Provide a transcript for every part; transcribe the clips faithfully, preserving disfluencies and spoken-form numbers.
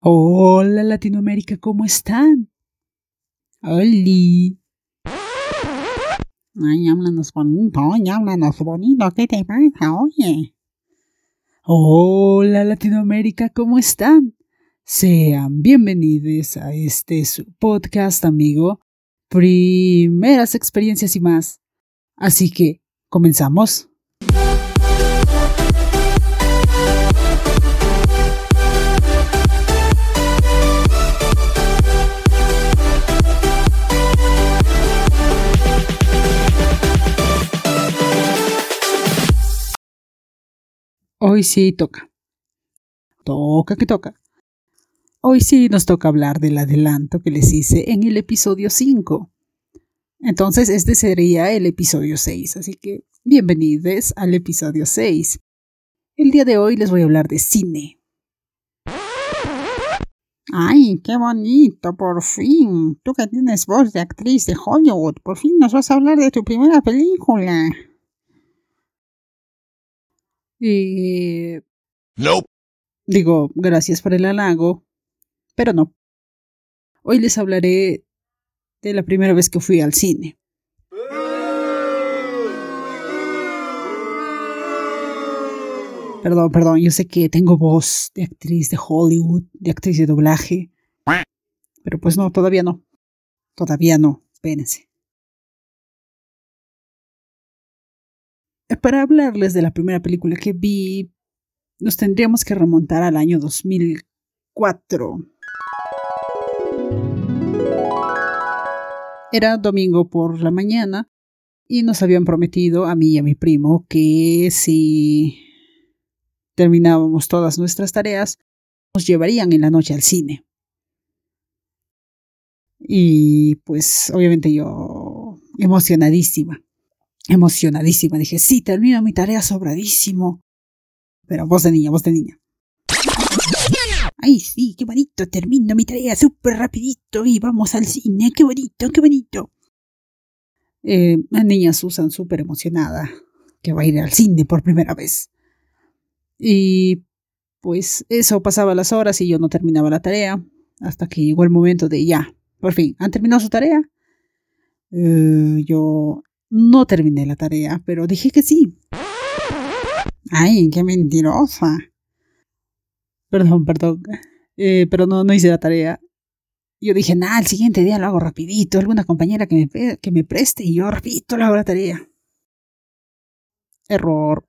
Hola Latinoamérica, ¿cómo están? Oli. Ay, háblanos bonito, ay, háblanos bonito, ¿qué te pasa, oye? Hola Latinoamérica, ¿cómo están? Sean bienvenidos a este su podcast, amigo. Primeras experiencias y más. Así que, ¿comenzamos? Hoy sí toca. Toca que toca. Hoy sí nos toca hablar del adelanto que les hice en el episodio cinco. Entonces este sería el episodio seis, así que bienvenidos al episodio seis. El día de hoy les voy a hablar de cine. ¡Ay, qué bonito! Por fin. Tú que tienes voz de actriz de Hollywood, por fin nos vas a hablar de tu primera película. Y... Nope. Digo, gracias por el halago, pero no. Hoy les hablaré de la primera vez que fui al cine. Perdón, perdón, yo sé que tengo voz de actriz de Hollywood, de actriz de doblaje, pero pues no, todavía no. Todavía no, espérense. Para hablarles de la primera película que vi, nos tendríamos que remontar al año dos mil cuatro. Era domingo por la mañana y nos habían prometido a mí y a mi primo que si terminábamos todas nuestras tareas, nos llevarían en la noche al cine. Y pues obviamente yo emocionadísima, emocionadísima, dije, sí, termino mi tarea sobradísimo. Pero voz de niña, voz de niña. Ay, sí, qué bonito, termino mi tarea súper rapidito y vamos al cine, qué bonito, qué bonito. Eh, la niña Susan súper emocionada, que va a ir al cine por primera vez. Y pues eso, pasaba las horas y yo no terminaba la tarea, hasta que llegó el momento de ya, por fin, ¿han terminado su tarea? Uh, yo no terminé la tarea, pero dije que sí. Ay, qué mentirosa. Perdón, perdón. Eh, pero no, no hice la tarea. Yo dije, nah, el siguiente día lo hago rapidito. Alguna compañera que me, que me preste y yo rapidito lo hago la tarea. Error.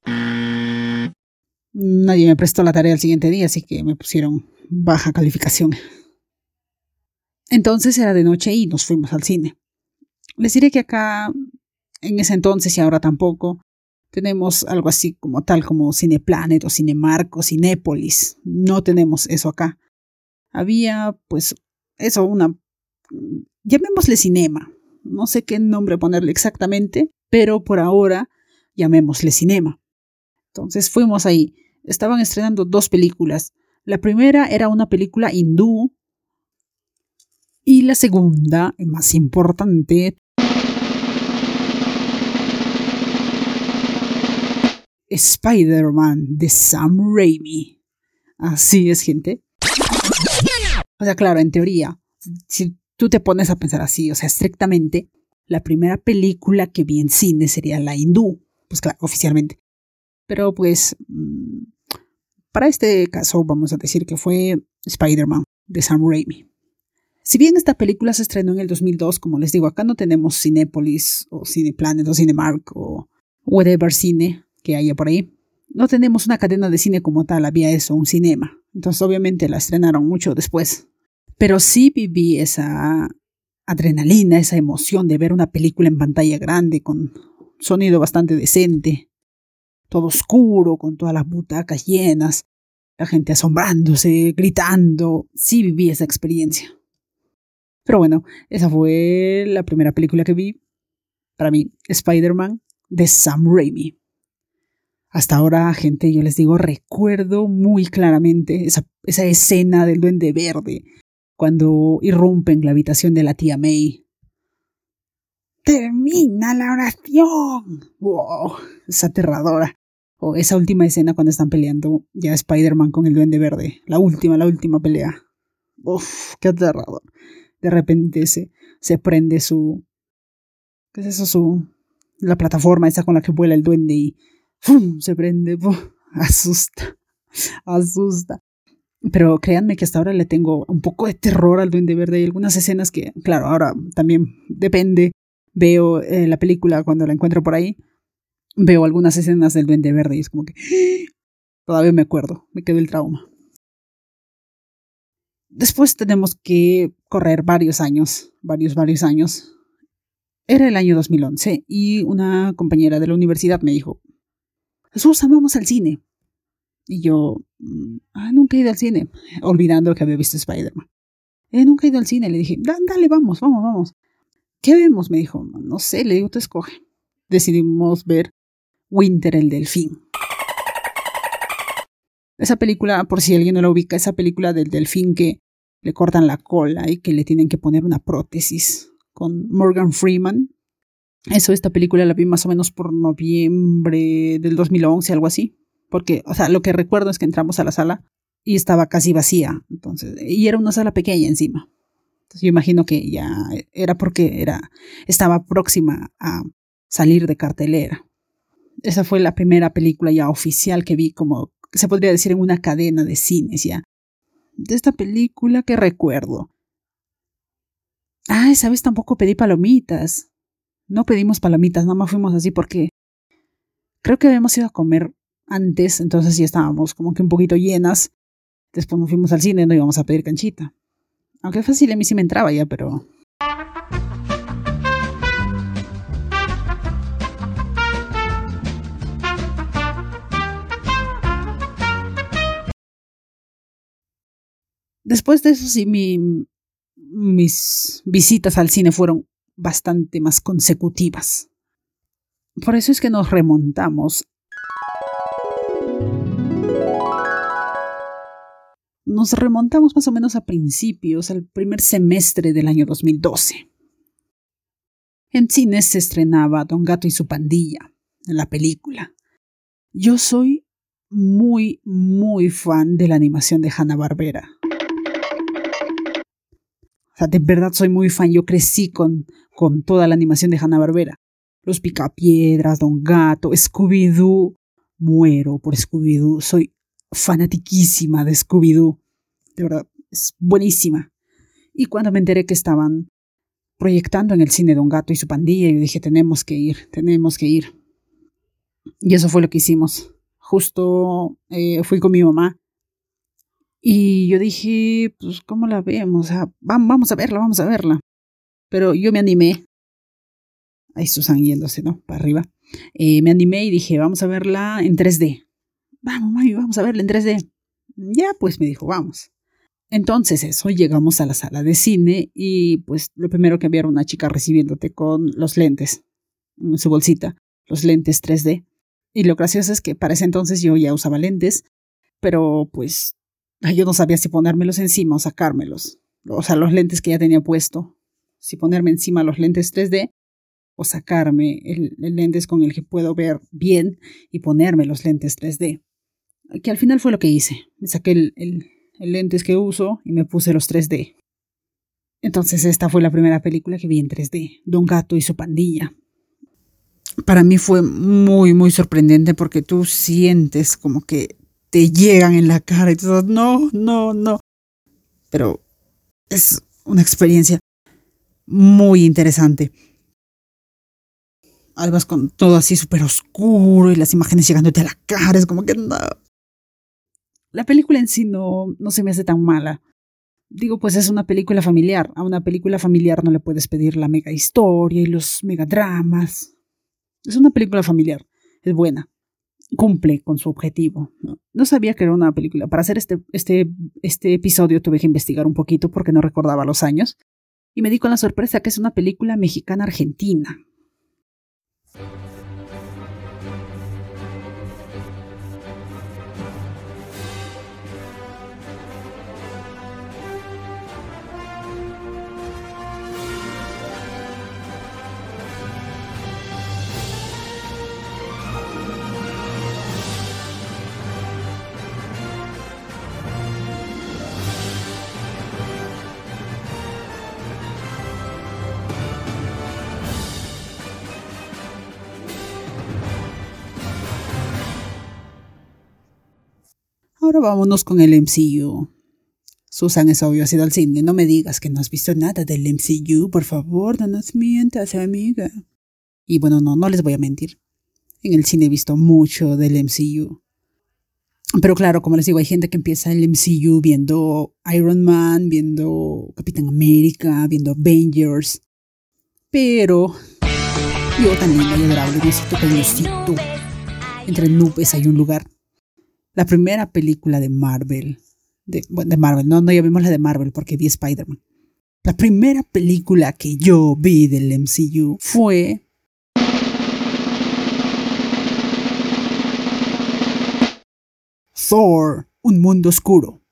Nadie me prestó la tarea el siguiente día, así que me pusieron baja calificación. Entonces era de noche y nos fuimos al cine. Les diré que acá, en ese entonces y ahora tampoco, tenemos algo así como tal como Cineplanet o Cinemark o Cinépolis. No tenemos eso acá. Había, pues, eso, una... llamémosle cinema. No sé qué nombre ponerle exactamente, pero por ahora llamémosle cinema. Entonces fuimos ahí. Estaban estrenando dos películas. La primera era una película hindú. Y la segunda, más importante, Spider-Man de Sam Raimi. Así es, gente. O sea, claro, en teoría, si tú te pones a pensar así, o sea, estrictamente, la primera película que vi en cine sería la hindú, pues claro, oficialmente. Pero pues, para este caso vamos a decir que fue Spider-Man de Sam Raimi. Si bien esta película se estrenó en el dos mil dos, como les digo, acá no tenemos Cinépolis o Cineplanet o Cinemark o whatever cine que haya por ahí. No tenemos una cadena de cine como tal, había eso, un cinema. Entonces obviamente la estrenaron mucho después. Pero sí viví esa adrenalina, esa emoción de ver una película en pantalla grande con sonido bastante decente. Todo oscuro, con todas las butacas llenas, la gente asombrándose, gritando. Sí viví esa experiencia. Pero bueno, esa fue la primera película que vi. Para mí, Spider-Man de Sam Raimi. Hasta ahora, gente, yo les digo, recuerdo muy claramente esa, esa escena del Duende Verde cuando irrumpen la habitación de la tía May. ¡Termina la oración! ¡Wow! Es aterradora. O esa última escena cuando están peleando ya Spider-Man con el Duende Verde. La última, la última pelea. Uf, qué aterrador. De repente se, se prende su... ¿Qué es eso? Su... La plataforma esa con la que vuela el duende y... ¡Fum! Se prende. ¡Pum! Asusta. Asusta. Pero créanme que hasta ahora le tengo un poco de terror al Duende Verde. Hay algunas escenas que, claro, ahora también depende. Veo eh, la película cuando la encuentro por ahí. Veo algunas escenas del Duende Verde y es como que... Todavía me acuerdo. Me quedó el trauma. Después tenemos que correr varios años. Varios, varios años. Era el año dos mil once y una compañera de la universidad me dijo: Susan, vamos al cine. Y yo, ah, nunca he ido al cine, olvidando que había visto Spider-Man. Eh, nunca he ido al cine, le dije, dale, vamos, vamos, vamos. ¿Qué vemos? Me dijo, no sé, le digo, tú escoge. Decidimos ver Winter el Delfín. Esa película, por si alguien no la ubica, esa película del delfín que le cortan la cola y que le tienen que poner una prótesis con Morgan Freeman. Eso, esta película la vi más o menos por noviembre del dos mil once, algo así. Porque, o sea, lo que recuerdo es que entramos a la sala y estaba casi vacía. Entonces, y era una sala pequeña encima. Entonces yo imagino que ya era porque era, estaba próxima a salir de cartelera. Esa fue la primera película ya oficial que vi, como se podría decir, en una cadena de cines ya. De esta película que recuerdo. Ah, esa vez tampoco pedí palomitas. No pedimos palomitas, nada más fuimos así porque creo que habíamos ido a comer antes, entonces ya estábamos como que un poquito llenas. Después nos fuimos al cine, no íbamos a pedir canchita. Aunque fácil, a mí sí me entraba ya, pero... Después de eso sí, mi, mis visitas al cine fueron bastante más consecutivas. Por eso es que nos remontamos. Nos remontamos más o menos a principios, al primer semestre del año dos mil doce. En cines se estrenaba Don Gato y su pandilla, en la película. Yo soy muy, muy fan de la animación de Hanna-Barbera. O sea, de verdad soy muy fan. Yo crecí con, con toda la animación de Hanna-Barbera. Los Picapiedras, Don Gato, Scooby-Doo. Muero por Scooby-Doo. Soy fanatiquísima de Scooby-Doo. De verdad, es buenísima. Y cuando me enteré que estaban proyectando en el cine Don Gato y su pandilla, yo dije, tenemos que ir, tenemos que ir. Y eso fue lo que hicimos. Justo eh, fui con mi mamá. Y yo dije, pues, ¿cómo la vemos? O sea, vamos a verla, vamos a verla. Pero yo me animé. Ahí Susan yéndose, ¿no? Para arriba. Eh, me animé y dije, vamos a verla en tres D. Vamos, mami, vamos a verla en tres D. Ya, pues me dijo, vamos. Entonces eso, llegamos a la sala de cine y pues lo primero que había era una chica recibiéndote con los lentes en su bolsita, los lentes tres D. Y lo gracioso es que para ese entonces yo ya usaba lentes, pero pues yo no sabía si ponérmelos encima o sacármelos. O sea, los lentes que ya tenía puesto, si ponerme encima los lentes tres D o sacarme el, el lentes con el que puedo ver bien y ponerme los lentes tres D. Que al final fue lo que hice. Me saqué el, el, el lentes que uso y me puse los tres D. Entonces esta fue la primera película que vi en tres D, Don Gato y su pandilla. Para mí fue muy, muy sorprendente porque tú sientes como que te llegan en la cara y tú dices, no, no, no. Pero es una experiencia muy interesante. Albas con todo así súper oscuro y las imágenes llegándote a la cara, es como que no. La película en sí no, no se me hace tan mala. Digo, pues es una película familiar. A una película familiar no le puedes pedir la mega historia y los megadramas. Es una película familiar. Es buena. Cumple con su objetivo. No, no sabía que era una película. Para hacer este, este, este episodio tuve que investigar un poquito porque no recordaba los años. Y me di con la sorpresa que es una película mexicana-argentina. ahora vámonos con el M C U. Susan, es obvio, has ido al cine. No me digas que no has visto nada del M C U. Por favor, no nos mientas, amiga. Y bueno, no, no les voy a mentir. En el cine he visto mucho del M C U. Pero claro, como les digo, hay gente que empieza el M C U viendo Iron Man, viendo Capitán América, viendo Avengers. Pero yo tan linda y adorable, necesito pequeñecito. Entre nubes hay un lugar. La primera película de Marvel. De, bueno, de Marvel, no, no llamémosla de Marvel porque vi Spider-Man. La primera película que yo vi del M C U fue Thor, un mundo oscuro.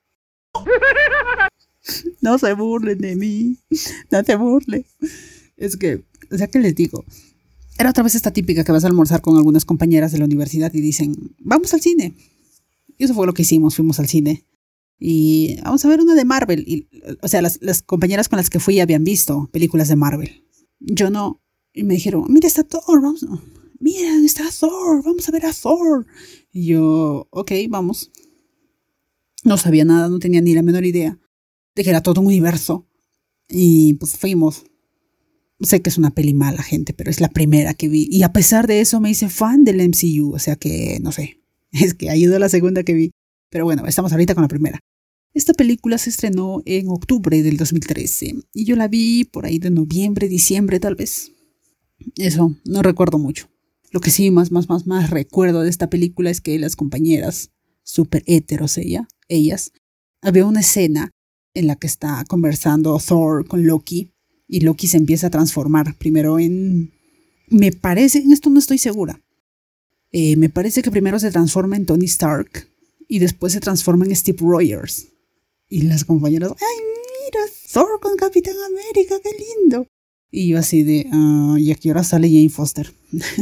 No se burlen de mí. No se burlen. Es que, o sea, ¿qué les digo? Era otra vez esta típica que vas a almorzar con algunas compañeras de la universidad y dicen, vamos al cine. Y eso fue lo que hicimos, fuimos al cine. Y vamos a ver una de Marvel. Y, o sea, las, las compañeras con las que fui habían visto películas de Marvel. Yo no. Y me dijeron, mira, está Thor, vamos. Mira, está Thor, vamos a ver a Thor. Y yo, ok, vamos. No sabía nada, no tenía ni la menor idea de que era todo un universo. Y pues fuimos. Sé que es una peli mala, gente, pero es la primera que vi. Y a pesar de eso me hice fan del M C U. O sea que, no sé, es que ayudó a la segunda que vi. Pero bueno, estamos ahorita con la primera. Esta película se estrenó en octubre del dos mil trece. Y yo la vi por ahí de noviembre, diciembre tal vez. Eso, no recuerdo mucho. Lo que sí más, más, más, más recuerdo de esta película es que las compañeras, súper héteros ella, ellas, había una escena en la que está conversando Thor con Loki y Loki se empieza a transformar primero en... Me parece, en esto no estoy segura, eh, me parece que primero se transforma en Tony Stark y después se transforma en Steve Rogers. Y las compañeras, ¡ay, mira, Thor con Capitán América, qué lindo! Y yo así de, uh, ¿y a qué hora sale Jane Foster?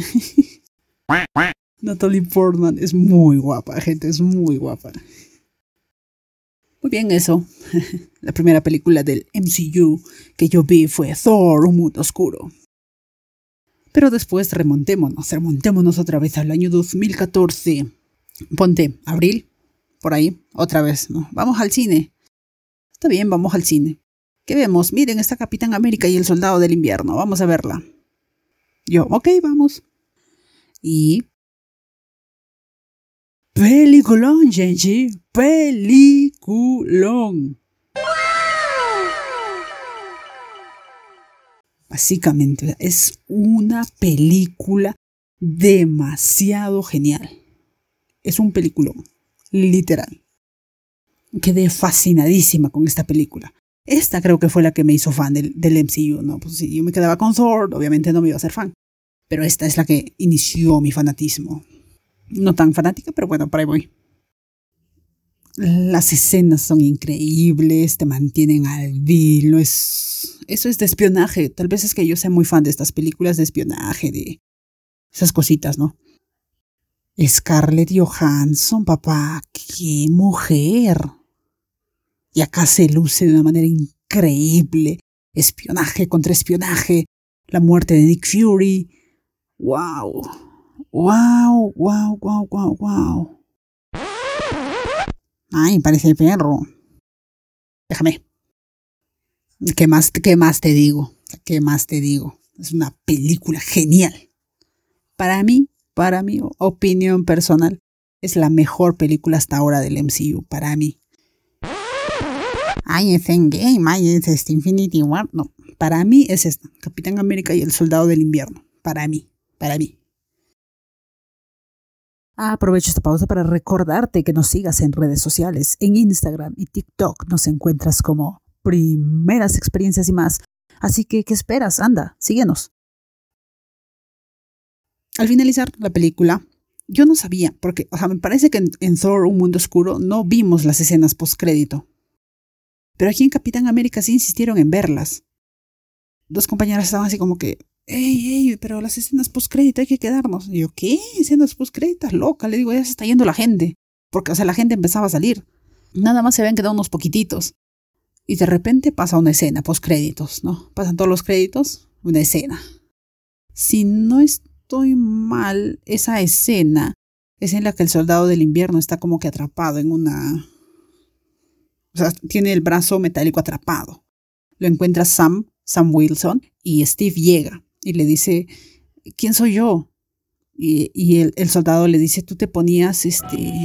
Natalie Portman es muy guapa, gente, es muy guapa. Muy bien, eso. La primera película del M C U que yo vi fue Thor, un mundo oscuro. Pero después remontémonos, remontémonos otra vez al año dos mil catorce. Ponte, abril, por ahí, otra vez, ¿no? Vamos al cine. Está bien, vamos al cine. ¿Qué vemos? Miren, está Capitán América y el Soldado del Invierno. Vamos a verla. Yo, ok, vamos. Y... Peliculón, Genji. Peliculón. Básicamente, es una película demasiado genial. Es un peliculón. Literal. Quedé fascinadísima con esta película. Esta creo que fue la que me hizo fan del, del M C U, ¿no? Pues si yo me quedaba con Thor, obviamente no me iba a ser fan. Pero esta es la que inició mi fanatismo. No tan fanática, pero bueno, por ahí voy. Las escenas son increíbles, te mantienen al vilo. Es, eso es de espionaje. Tal vez es que yo sea muy fan de estas películas de espionaje, de esas cositas, ¿no? Scarlett Johansson, papá, qué mujer. Y acá se luce de una manera increíble. Espionaje contra espionaje. La muerte de Nick Fury. ¡Wow! ¡Wow! ¡Wow! ¡Wow! ¡Wow! ¡Wow! ¡Ay, parece perro! Déjame. ¿Qué más, qué más te digo? ¿Qué más te digo? Es una película genial. Para mí, para mi opinión personal, es la mejor película hasta ahora del M C U. Para mí. Ay, es Endgame, ay, es este Infinity War. No, para mí es esta. Capitán América y el Soldado del Invierno. Para mí, para mí. Aprovecho esta pausa para recordarte que nos sigas en redes sociales. En Instagram y TikTok nos encuentras como Primeras Experiencias y Más. Así que, ¿qué esperas? Anda, síguenos. Al finalizar la película, yo no sabía, porque o sea, me parece que en, en Thor, Un Mundo Oscuro, no vimos las escenas postcrédito. Pero aquí en Capitán América sí insistieron en verlas. Dos compañeras estaban así como que, ey, ey, pero las escenas postcrédito hay que quedarnos. Y yo, ¿qué? ¿Escenas postcréditas? Loca, le digo, ya se está yendo la gente. Porque, o sea, la gente empezaba a salir. Nada más se habían quedado unos poquititos. Y de repente pasa una escena postcréditos, ¿no? Pasan todos los créditos, una escena. Si no estoy mal, esa escena Es en la que el soldado del invierno está como que atrapado en una... O sea, tiene el brazo metálico atrapado. Lo encuentra Sam, Sam Wilson, y Steve llega y le dice, ¿quién soy yo? Y, y el, el soldado le dice, tú te ponías este...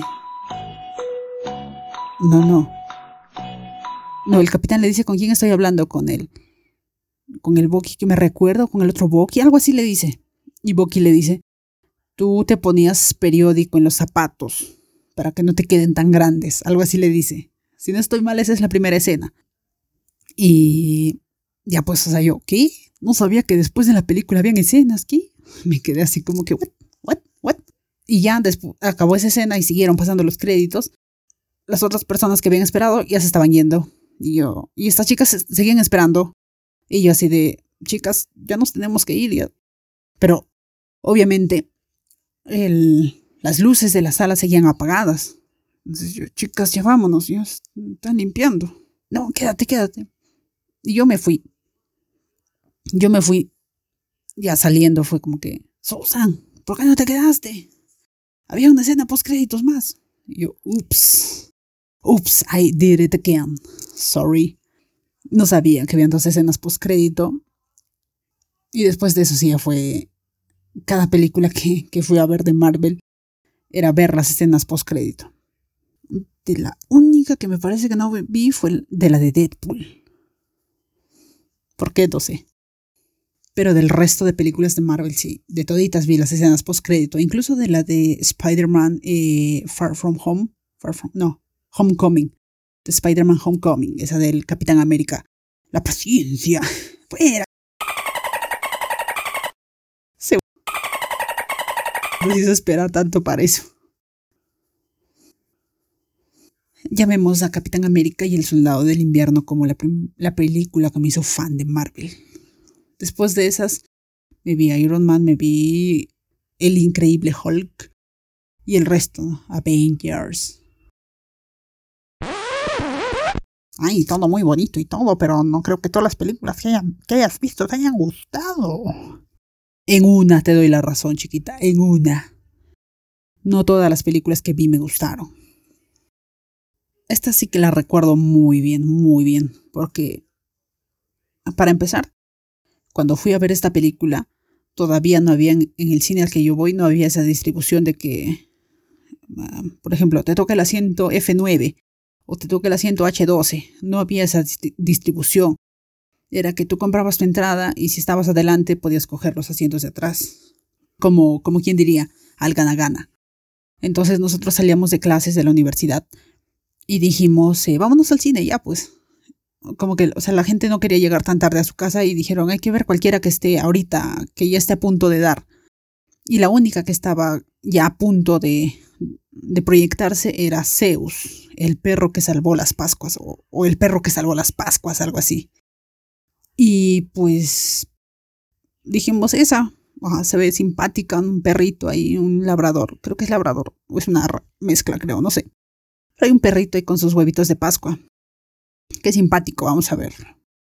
No, no. No, el capitán le dice, ¿con quién estoy hablando? Con él. Con el Bucky que me recuerdo, con el otro Bucky, algo así le dice. Y Bucky le dice, tú te ponías periódico en los zapatos para que no te queden tan grandes, algo así le dice. Si no estoy mal, esa es la primera escena. Y ya pues, o sea, yo, ¿qué? No sabía que después de la película habían escenas, ¿qué? Me quedé así como que, ¿what? ¿What? ¿What? Y ya después acabó esa escena y siguieron pasando los créditos. Las otras personas que habían esperado ya se estaban yendo. Y yo, y estas chicas seguían esperando. Y yo así de, chicas, ya nos tenemos que ir. Ya. Pero, obviamente, el, las luces de la sala seguían apagadas. Entonces yo, chicas, ya vámonos, ya están limpiando. No, quédate, quédate. Y yo me fui. Yo me fui. Ya saliendo fue como que, Susan, ¿por qué no te quedaste? Había una escena post créditos más. Y yo, ups. Ups, I did it again. Sorry. No sabía que habían dos escenas post crédito. Y después de eso sí ya fue... Cada película que, que fui a ver de Marvel era ver las escenas post crédito. De la única que me parece que no vi fue de la de Deadpool. ¿Por qué? No sé. Pero del resto de películas de Marvel sí. De toditas vi las escenas post crédito. Incluso de la de Spider-Man eh, Far From Home. Far From... No. Homecoming. De Spider-Man Homecoming. Esa del Capitán América. La paciencia. Fuera. Se... No hizo esperar tanto para eso. Llamemos a Capitán América y el Soldado del Invierno como la, la película que me hizo fan de Marvel. Después de esas, me vi Iron Man, me vi El Increíble Hulk y el resto, ¿no? Avengers. Ay, todo muy bonito y todo, pero no creo que todas las películas que, hayan, que hayas visto te hayan gustado. En una te doy la razón, chiquita, en una. No todas las películas que vi me gustaron. Esta sí que la recuerdo muy bien, muy bien, porque, para empezar, cuando fui a ver esta película, todavía no había, en el cine al que yo voy, no había esa distribución de que, uh, por ejemplo, te toca el asiento F nueve o te toca el asiento H doce. No había esa dist- distribución. Era que tú comprabas tu entrada y si estabas adelante podías coger los asientos de atrás. Como, como quien diría, al gana-gana. Entonces nosotros salíamos de clases de la universidad y dijimos, eh, vámonos al cine ya pues. Como que, o sea, la gente no quería llegar tan tarde a su casa y dijeron, hay que ver cualquiera que esté ahorita, que ya esté a punto de dar. Y la única que estaba ya a punto de, de proyectarse era Zeus, el perro que salvó las Pascuas, o, o el perro que salvó las Pascuas, algo así. Y pues dijimos esa, ajá, se ve simpática, un perrito ahí, un labrador, creo que es labrador, o es una mezcla, creo, no sé. Pero hay un perrito ahí con sus huevitos de Pascua. Qué simpático, vamos a ver.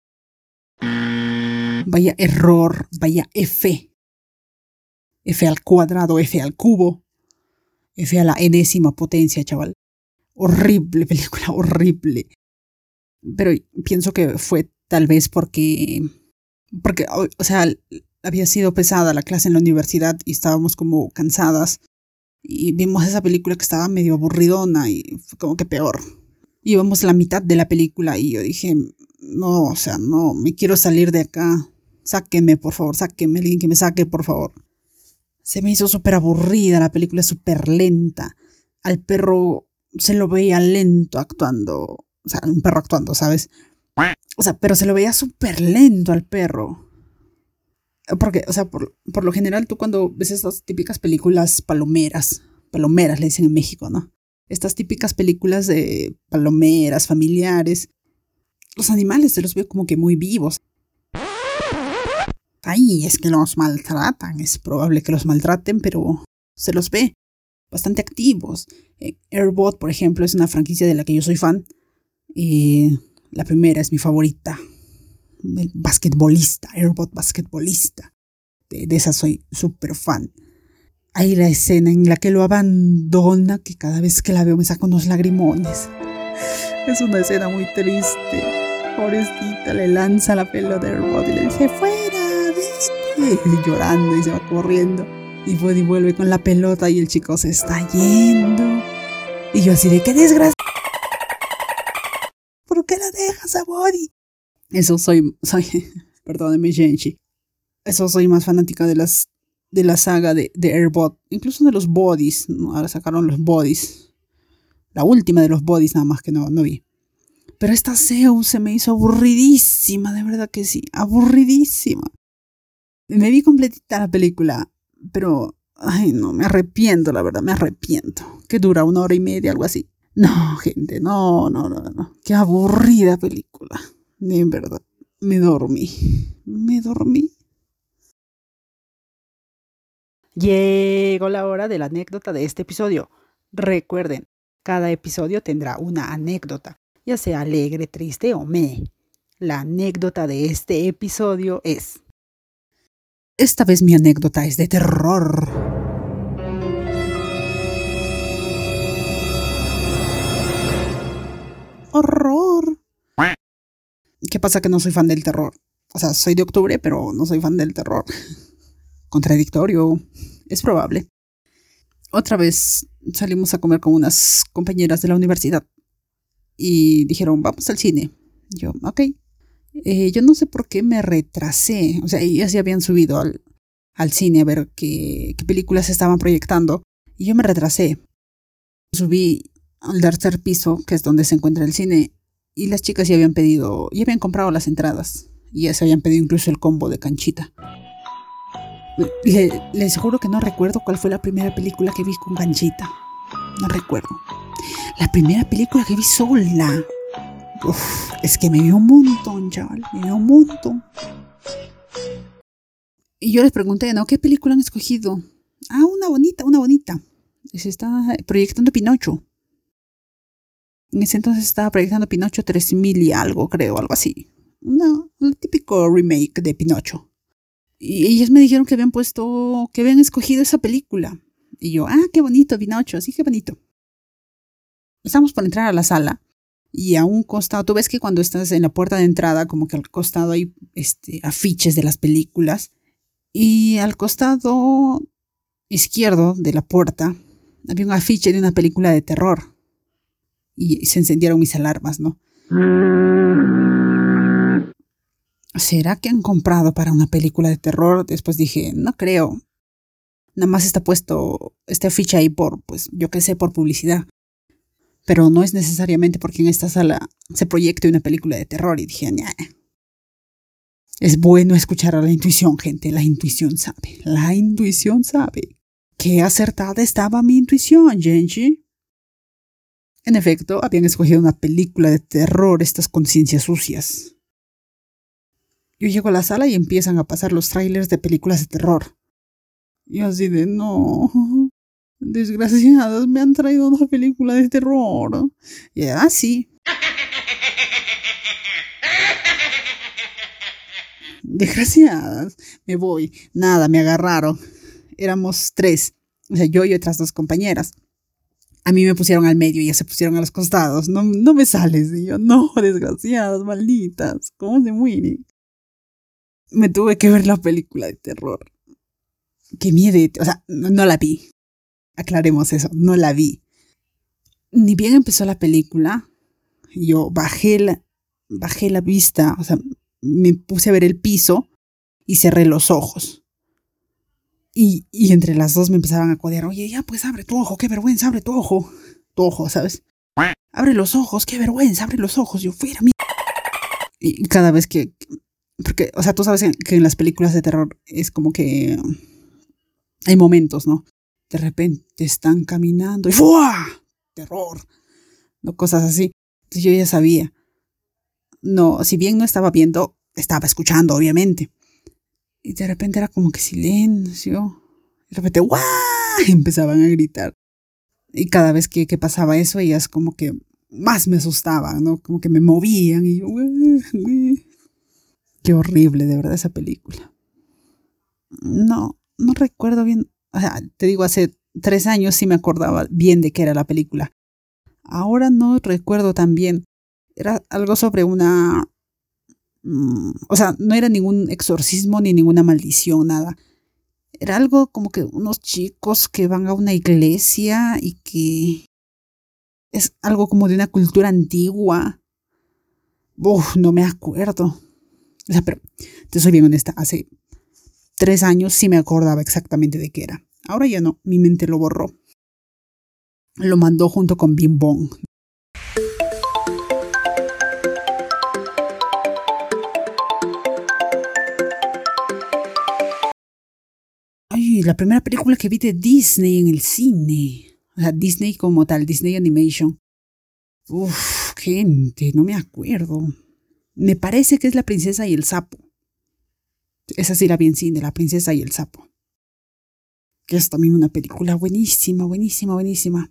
Vaya error, vaya F. F al cuadrado, F al cubo. F a la enésima potencia, chaval. Horrible película, horrible. Pero pienso que fue tal vez porque... Porque, o sea, había sido pesada la clase en la universidad y estábamos como cansadas. Y vimos esa película que estaba medio aburridona y fue como que peor. Íbamos a la mitad de la película y yo dije, no, o sea, no, me quiero salir de acá. Sáquenme, por favor, sáquenme, alguien que me saque, por favor. Se me hizo súper aburrida, la película es súper lenta. Al perro se lo veía lento actuando. O sea, un perro actuando, ¿sabes? O sea, pero se lo veía súper lento al perro. Porque, o sea, por, por lo general tú cuando ves estas típicas películas palomeras, palomeras le dicen en México, ¿no? Estas típicas películas de palomeras, familiares, los animales se los veo como que muy vivos. Ay, es que los maltratan, es probable que los maltraten, pero se los ve bastante activos. Eh, Airbot, por ejemplo, es una franquicia de la que yo soy fan. Y la primera es mi favorita. El basquetbolista, Airbot basquetbolista. De, de esa soy súper fan. Hay la escena en la que lo abandona, que cada vez que la veo me saca unos lagrimones. Es una escena muy triste. Pobrecita, le lanza la pelota del Airbot y le dice, ¡fuera! ¡Vete! Y llorando y se va corriendo. Y Buddy vuelve con la pelota y el chico se está yendo. Y yo así de, ¡qué desgracia! ¿Por qué la dejas a Buddy? Eso soy, soy, perdóneme, Genji. Eso soy más fanática de las, de la saga de, de Airbot. Incluso de los Bodies, ¿no? Ahora sacaron los Bodies. La última de los Bodies nada más que no, no vi. Pero esta Zeus se me hizo aburridísima, de verdad que sí, aburridísima. Me vi completita la película, pero, ay no, me arrepiento, la verdad, me arrepiento. Que dura una hora y media, algo así. No, gente, no, no, no, no. Qué aburrida película. En verdad, me dormí, me dormí. Llegó la hora de la anécdota de este episodio. Recuerden, cada episodio tendrá una anécdota, ya sea alegre, triste o meh. La anécdota de este episodio es... Esta vez mi anécdota es de terror. Horror. ¿Qué pasa que no soy fan del terror? O sea, soy de octubre, pero no soy fan del terror. Contradictorio, es probable. Otra vez salimos a comer con unas compañeras de la universidad y dijeron, vamos al cine. Yo, ok. Eh, yo no sé por qué me retrasé. O sea, ellas ya habían subido al, al cine a ver qué, qué películas estaban proyectando y yo me retrasé. Subí al tercer piso, que es donde se encuentra el cine, y las chicas ya habían pedido, ya habían comprado las entradas y ya se habían pedido incluso el combo de canchita. Le, les juro que no recuerdo cuál fue la primera película que vi con canchita. No recuerdo. La primera película que vi sola. Uf, es que me vio un montón, chaval. Me vio un montón. Y yo les pregunté, ¿no? ¿Qué película han escogido? Ah, una bonita, una bonita. Se está proyectando Pinocho. En ese entonces estaba proyectando Pinocho tres mil y algo, creo, algo así. No, un típico remake de Pinocho. Y ellas me dijeron que habían puesto, que habían escogido esa película. Y yo, ah, qué bonito, Pinocho, sí, qué bonito. Estamos por entrar a la sala y a un costado, tú ves que cuando estás en la puerta de entrada, como que al costado hay este, afiches de las películas. Y al costado izquierdo de la puerta había un afiche de una película de terror. Y se encendieron mis alarmas, ¿no? ¿Será que han comprado para una película de terror? Después dije, no creo. Nada más está puesto este afiche ahí por, pues, yo qué sé, por publicidad. Pero no es necesariamente porque en esta sala se proyecte una película de terror. Y dije, nah. Es bueno escuchar a la intuición, gente. La intuición sabe. La intuición sabe. Qué acertada estaba mi intuición, Genji. En efecto, habían escogido una película de terror, estas conciencias sucias. Yo llego a la sala y empiezan a pasar los trailers de películas de terror. Y así de, no, desgraciadas, me han traído una película de terror. Y ah, sí. Desgraciadas, me voy. Nada, me agarraron. Éramos tres, o sea, yo y otras dos compañeras. A mí me pusieron al medio y ya se pusieron a los costados. No, no me sales. Y yo, no, desgraciadas, malditas. ¿Cómo se mueren? Me tuve que ver la película de terror. Qué miedo. O sea, no, no la vi. Aclaremos eso, no la vi. Ni bien empezó la película, yo bajé la, bajé la vista, o sea, me puse a ver el piso y cerré los ojos. Y, y entre las dos me empezaban a codear. Oye, ya pues abre tu ojo, qué vergüenza, abre tu ojo. Tu ojo, ¿sabes? Abre los ojos, qué vergüenza, abre los ojos. Yo fuera, mira. Y cada vez que... Porque, o sea, tú sabes que en las películas de terror es como que... Hay momentos, ¿no? De repente están caminando y ¡fua! Terror. No, cosas así. Entonces yo ya sabía. No, si bien no estaba viendo, estaba escuchando, obviamente. Y de repente era como que silencio. De repente, ¡guau! Empezaban a gritar. Y cada vez que, que pasaba eso, ellas como que más me asustaban, ¿no? Como que me movían. Y yo, ¡guau! Qué horrible, de verdad, esa película. No, no recuerdo bien. O sea, te digo, hace tres años sí me acordaba bien de qué era la película. Ahora no recuerdo tan bien. Era algo sobre una... Mm, o sea, no era ningún exorcismo ni ninguna maldición, nada. Era algo como que unos chicos que van a una iglesia y que es algo como de una cultura antigua. Uf, no me acuerdo. O sea, pero te soy bien honesta, hace tres años sí me acordaba exactamente de qué era. Ahora ya no, mi mente lo borró. Lo mandó junto con Bing Bong. Ay, la primera película que vi de Disney en el cine. O sea, Disney como tal, Disney Animation. Uf, gente, no me acuerdo. Me parece que es La princesa y el sapo. Esa sí la vi en cine, La princesa y el sapo. Que es también una película buenísima, buenísima, buenísima.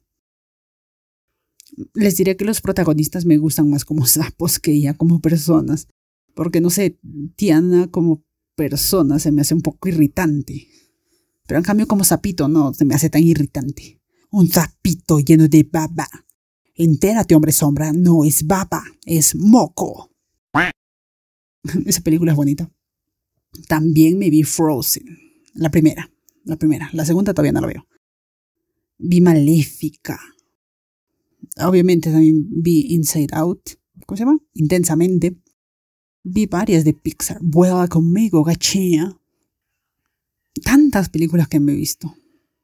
Les diré que los protagonistas me gustan más como sapos que ella como personas. Porque no sé, Tiana como persona se me hace un poco irritante. Pero en cambio como sapito no se me hace tan irritante. Un sapito lleno de baba. Entérate, hombre sombra, no es baba, es moco. Esa película es bonita. También me vi Frozen. La primera, la primera. La segunda todavía no la veo. Vi Maléfica. Obviamente también vi Inside Out. ¿Cómo se llama? Intensamente. Vi varias de Pixar. Vuela conmigo, gachea. Tantas películas que me he visto.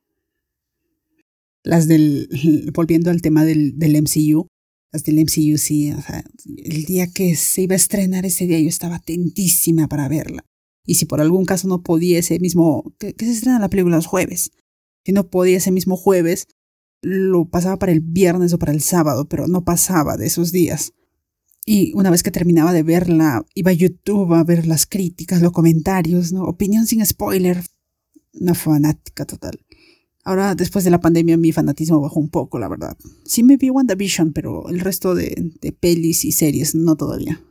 Las del... Volviendo al tema del, del M C U. Las del M C U, sí. O sea, el día que se iba a estrenar ese día yo estaba atentísima para verla. Y si por algún caso no podía ese mismo... ¿Qué, qué se estrena la película los jueves? Si no podía ese mismo jueves, lo pasaba para el viernes o para el sábado, pero no pasaba de esos días. Y una vez que terminaba de verla, iba a YouTube a ver las críticas, los comentarios, ¿no? Opinión sin spoiler. Una fanática total. Ahora, después de la pandemia, mi fanatismo bajó un poco, la verdad. Sí me vi WandaVision, pero el resto de, de pelis y series no todavía.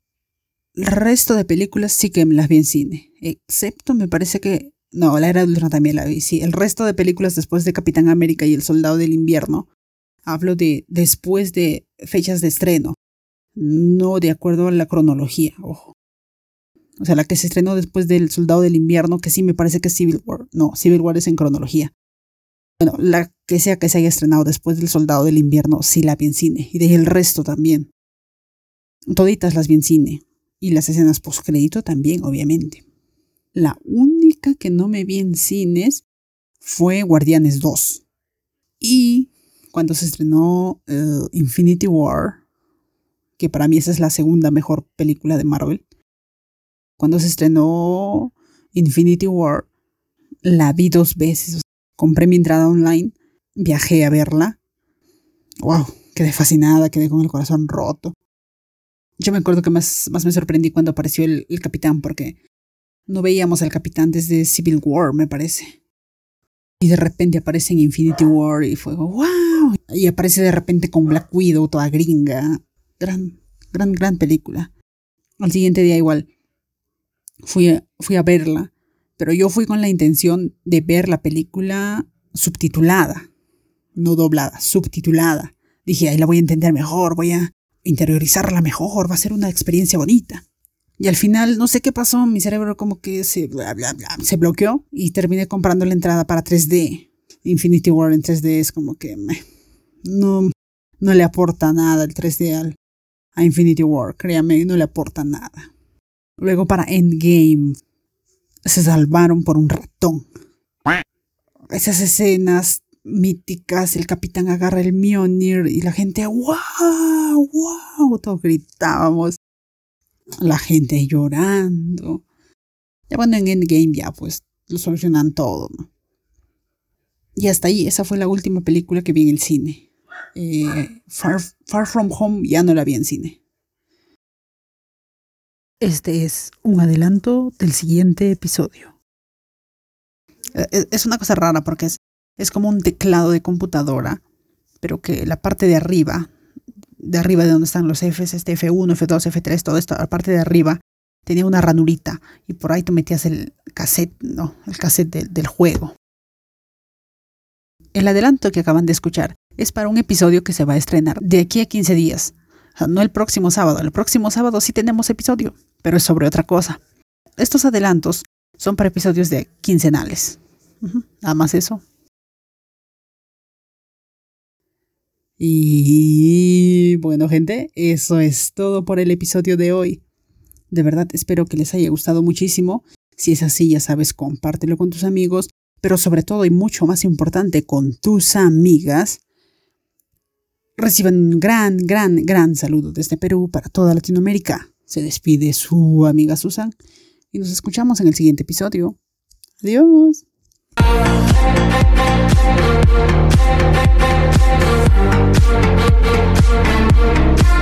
El resto de películas sí que me las vi en cine. Excepto, me parece que... No, la Era de Ultron también la vi, sí. El resto de películas después de Capitán América y El Soldado del Invierno. Hablo de después de fechas de estreno. No de acuerdo a la cronología, ojo. O sea, la que se estrenó después del Soldado del Invierno, que sí me parece que es Civil War. No, Civil War es en cronología. Bueno, la que sea que se haya estrenado después del Soldado del Invierno, sí la vi en cine. Y de ahí el resto también. Toditas las vi en cine. Y las escenas postcrédito también, obviamente. La única que no me vi en cines fue Guardianes dos. Y cuando se estrenó uh, Infinity War, que para mí esa es la segunda mejor película de Marvel. Cuando se estrenó Infinity War, la vi dos veces. Compré mi entrada online, viajé a verla. ¡Wow! Quedé fascinada, quedé con el corazón roto. Yo me acuerdo que más, más me sorprendí cuando apareció el, el capitán, porque no veíamos al capitán desde Civil War, me parece. Y de repente aparece en Infinity War y fue ¡wow! Y aparece de repente con Black Widow, toda gringa. Gran, gran, gran película. Al siguiente día igual fui a, fui a verla, pero yo fui con la intención de ver la película subtitulada, no doblada, subtitulada. Dije, ahí la voy a entender mejor, voy a interiorizarla mejor, va a ser una experiencia bonita. Y al final, no sé qué pasó, mi cerebro como que se, bla, bla, bla, se bloqueó y terminé comprando la entrada para tres D. Infinity War en tres D es como que meh, no, no le aporta nada el tres D al, a Infinity War, créame, no le aporta nada. Luego para Endgame se salvaron por un ratón. Esas escenas míticas, el capitán agarra el Mjolnir y la gente ¡wow! ¡Wow! Todos gritábamos. La gente llorando. Ya bueno, en Endgame ya pues lo solucionan todo, ¿no? Y hasta ahí, esa fue la última película que vi en el cine. Eh, Far, Far From Home ya no la vi en cine. Este es un adelanto del siguiente episodio. Es una cosa rara porque es, es como un teclado de computadora, pero que la parte de arriba, de arriba de donde están los Fs, este F uno, F dos, F tres, todo esto, la parte de arriba tenía una ranurita y por ahí tú metías el cassette, no, el cassette de, del juego. El adelanto que acaban de escuchar es para un episodio que se va a estrenar de aquí a quince días. O sea, no el próximo sábado. El próximo sábado sí tenemos episodio, pero es sobre otra cosa. Estos adelantos son para episodios de quincenales. Uh-huh. Nada más eso. Y bueno, gente, eso es todo por el episodio de hoy. De verdad, espero que les haya gustado muchísimo. Si es así, ya sabes, compártelo con tus amigos, pero sobre todo y mucho más importante, con tus amigas. Reciban un gran, gran, gran saludo desde Perú para toda Latinoamérica. Se despide su amiga Susan y nos escuchamos en el siguiente episodio. Adiós. We'll be right back.